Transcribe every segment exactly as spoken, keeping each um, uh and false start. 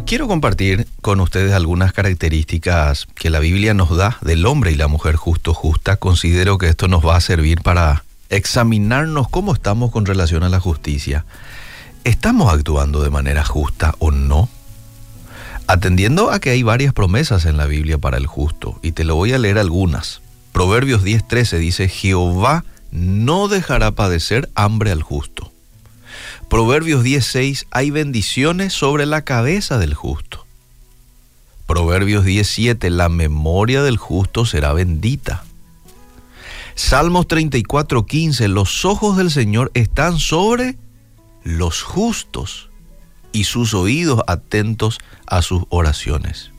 quiero compartir con ustedes algunas características que la Biblia nos da del hombre y la mujer justo, justa. Considero que esto nos va a servir para examinarnos cómo estamos con relación a la justicia. ¿Estamos actuando de manera justa o no? Atendiendo a que hay varias promesas en la Biblia para el justo, y te lo voy a leer algunas. Proverbios diez trece dice: Jehová no dejará padecer hambre al justo. Proverbios diez seis, hay bendiciones sobre la cabeza del justo. Proverbios diez siete, la memoria del justo será bendita. Salmos treinta y cuatro quince, los ojos del Señor están sobre los justos y sus oídos atentos a sus oraciones.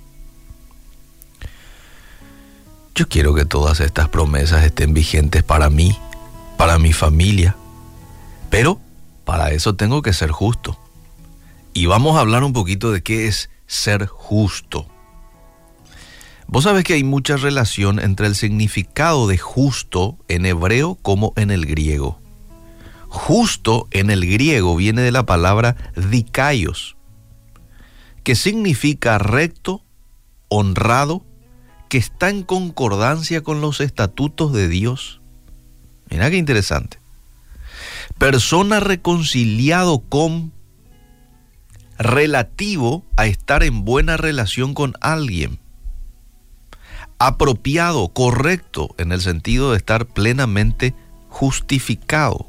Yo quiero que todas estas promesas estén vigentes para mí, para mi familia, pero para eso tengo que ser justo. Y vamos a hablar un poquito de qué es ser justo. Vos sabés que hay mucha relación entre el significado de justo en hebreo como en el griego. Justo en el griego viene de la palabra dikaios, que significa recto, honrado, que está en concordancia con los estatutos de Dios. Mira qué interesante. Persona reconciliado con, relativo a estar en buena relación con alguien. Apropiado, correcto, en el sentido de estar plenamente justificado.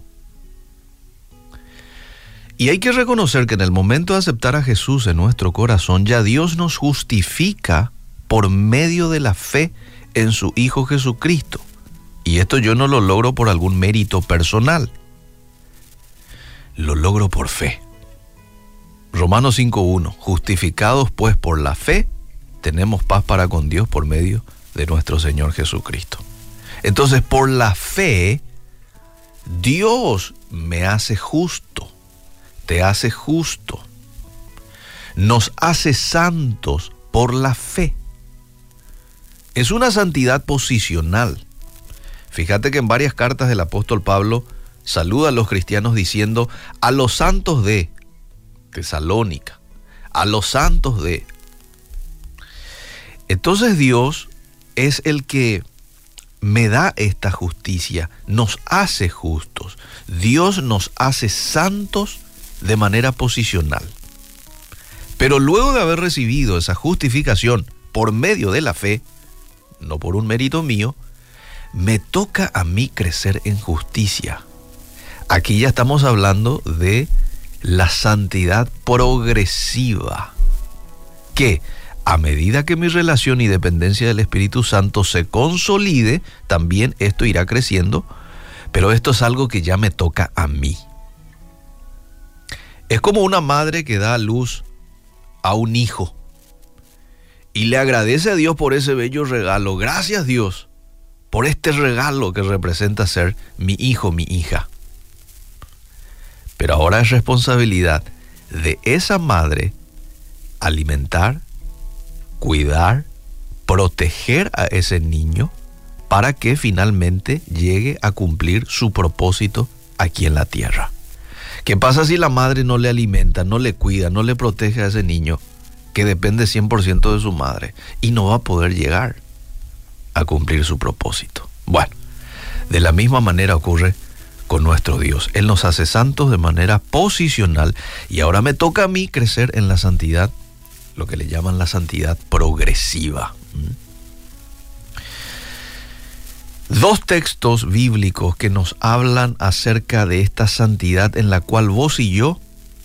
Y hay que reconocer que en el momento de aceptar a Jesús en nuestro corazón, ya Dios nos justifica por medio de la fe en su Hijo Jesucristo. Y esto yo no lo logro por algún mérito personal. Lo logro por fe. Romanos cinco uno, justificados pues por la fe, tenemos paz para con Dios por medio de nuestro Señor Jesucristo. Entonces, por la fe, Dios me hace justo, te hace justo, nos hace santos por la fe. Es una santidad posicional. Fíjate que en varias cartas del apóstol Pablo saluda a los cristianos diciendo: a los santos de Tesalónica, a los santos de... Entonces Dios es el que me da esta justicia, nos hace justos. Dios nos hace santos de manera posicional. Pero luego de haber recibido esa justificación por medio de la fe, no por un mérito mío, me toca a mí crecer en justicia. Aquí ya estamos hablando de la santidad progresiva, que a medida que mi relación y dependencia del Espíritu Santo se consolide, también esto irá creciendo, pero esto es algo que ya me toca a mí. Es como una madre que da a luz a un hijo y le agradece a Dios por ese bello regalo. Gracias, Dios, por este regalo que representa ser mi hijo, mi hija. Pero ahora es responsabilidad de esa madre alimentar, cuidar, proteger a ese niño para que finalmente llegue a cumplir su propósito aquí en la tierra. ¿Qué pasa si la madre no le alimenta, no le cuida, no le protege a ese niño que depende cien por ciento de su madre y no va a poder llegar a cumplir su propósito? Bueno, de la misma manera ocurre con nuestro Dios. Él nos hace santos de manera posicional y ahora me toca a mí crecer en la santidad, lo que le llaman la santidad progresiva. Dos textos bíblicos que nos hablan acerca de esta santidad en la cual vos y yo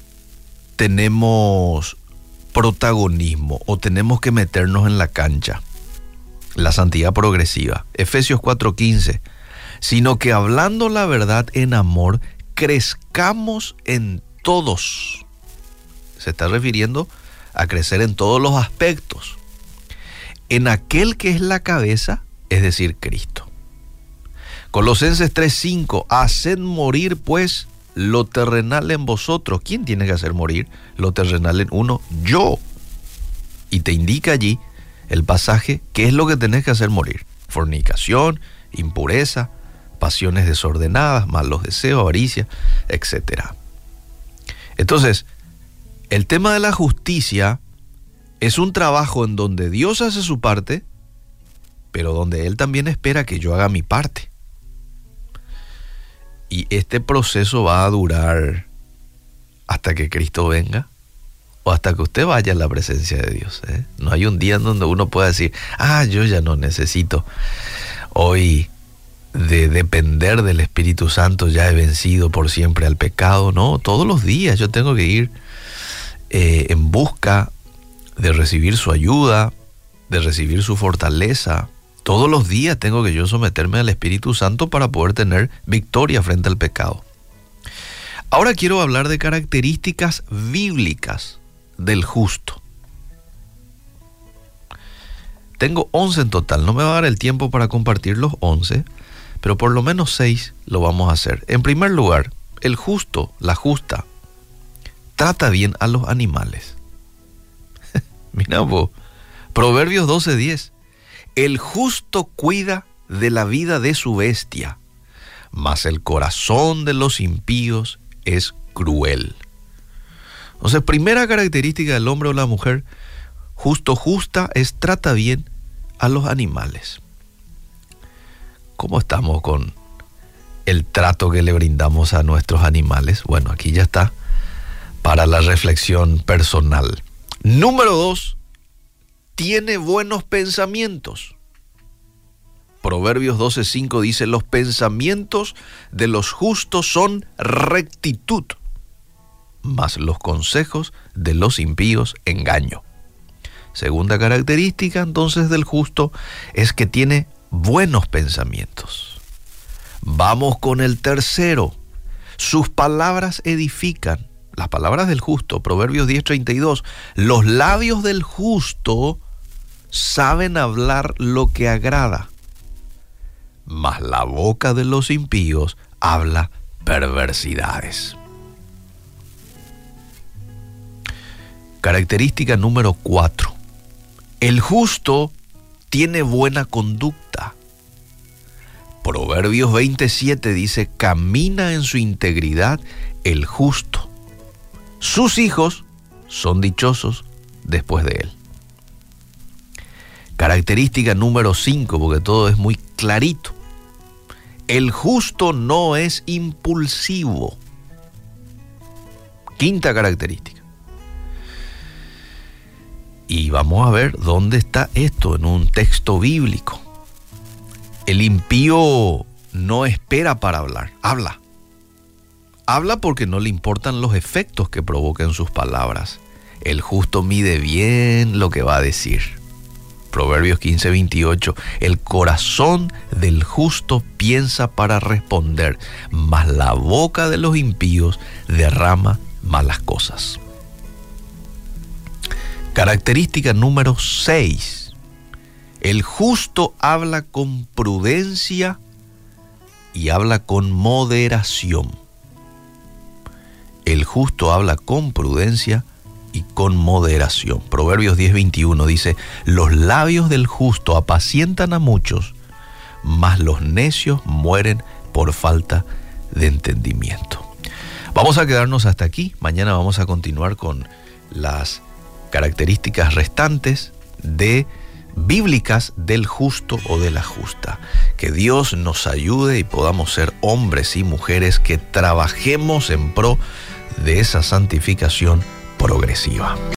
tenemos protagonismo o tenemos que meternos en la cancha. La santidad progresiva. Efesios cuatro quince. Sino que hablando la verdad en amor, crezcamos en todos. Se está refiriendo a crecer en todos los aspectos. En aquel que es la cabeza, es decir, Cristo. Colosenses tres cinco, haced morir pues lo terrenal en vosotros. ¿Quién tiene que hacer morir lo terrenal en uno? Yo. Y te indica allí el pasaje qué es lo que tenés que hacer morir. Fornicación, impureza, pasiones desordenadas, malos deseos, avaricia, etcétera. Entonces, el tema de la justicia Es un trabajo en donde Dios hace su parte, pero donde Él también espera que yo haga mi parte. Y este proceso va a durar hasta que Cristo venga o hasta que usted vaya a la presencia de Dios, ¿eh? No hay un día en donde uno pueda decir, ah, yo ya no necesito hoy de depender del Espíritu Santo, ya he vencido por siempre al pecado. No, todos los días yo tengo que ir eh, en busca de recibir su ayuda, de recibir su fortaleza. Todos los días tengo que yo someterme al Espíritu Santo para poder tener victoria frente al pecado. Ahora quiero hablar de características bíblicas del justo. Tengo once en total, no me va a dar el tiempo para compartir los once, pero por lo menos seis lo vamos a hacer. En primer lugar, el justo, la justa, trata bien a los animales. Mira vos, Proverbios doce diez. El justo cuida de la vida de su bestia, mas el corazón de los impíos es cruel. Entonces, primera característica del hombre o la mujer justo, justa, es trata bien a los animales. ¿Cómo estamos con el trato que le brindamos a nuestros animales? Bueno, aquí ya está para la reflexión personal. Número dos, tiene buenos pensamientos. Proverbios doce cinco dice, los pensamientos de los justos son rectitud, mas los consejos de los impíos engaño. Segunda característica entonces del justo es que tiene buenos pensamientos. Vamos con el tercero. Sus palabras edifican. Las palabras del justo, Proverbios diez treinta y dos. Los labios del justo saben hablar lo que agrada, mas la boca de los impíos habla perversidades. Característica número cuatro. El justo tiene buena conducta. Proverbios veintisiete dice, camina en su integridad el justo. Sus hijos son dichosos después de él. Característica número cinco, porque todo es muy clarito. El justo no es impulsivo. Quinta característica. Y vamos a ver dónde está esto en un texto bíblico. El impío no espera para hablar, habla. Habla porque no le importan los efectos que provoquen sus palabras. El justo mide bien lo que va a decir. Proverbios quince veintiocho. El corazón del justo piensa para responder, mas la boca de los impíos derrama malas cosas. Característica número seis. El justo habla con prudencia y habla con moderación. El justo habla con prudencia y con moderación. Proverbios diez veintiuno dice, los labios del justo apacientan a muchos, mas los necios mueren por falta de entendimiento. Vamos a quedarnos hasta aquí. Mañana vamos a continuar con las características restantes de bíblicas del justo o de la justa. Que Dios nos ayude y podamos ser hombres y mujeres que trabajemos en pro de esa santificación progresiva.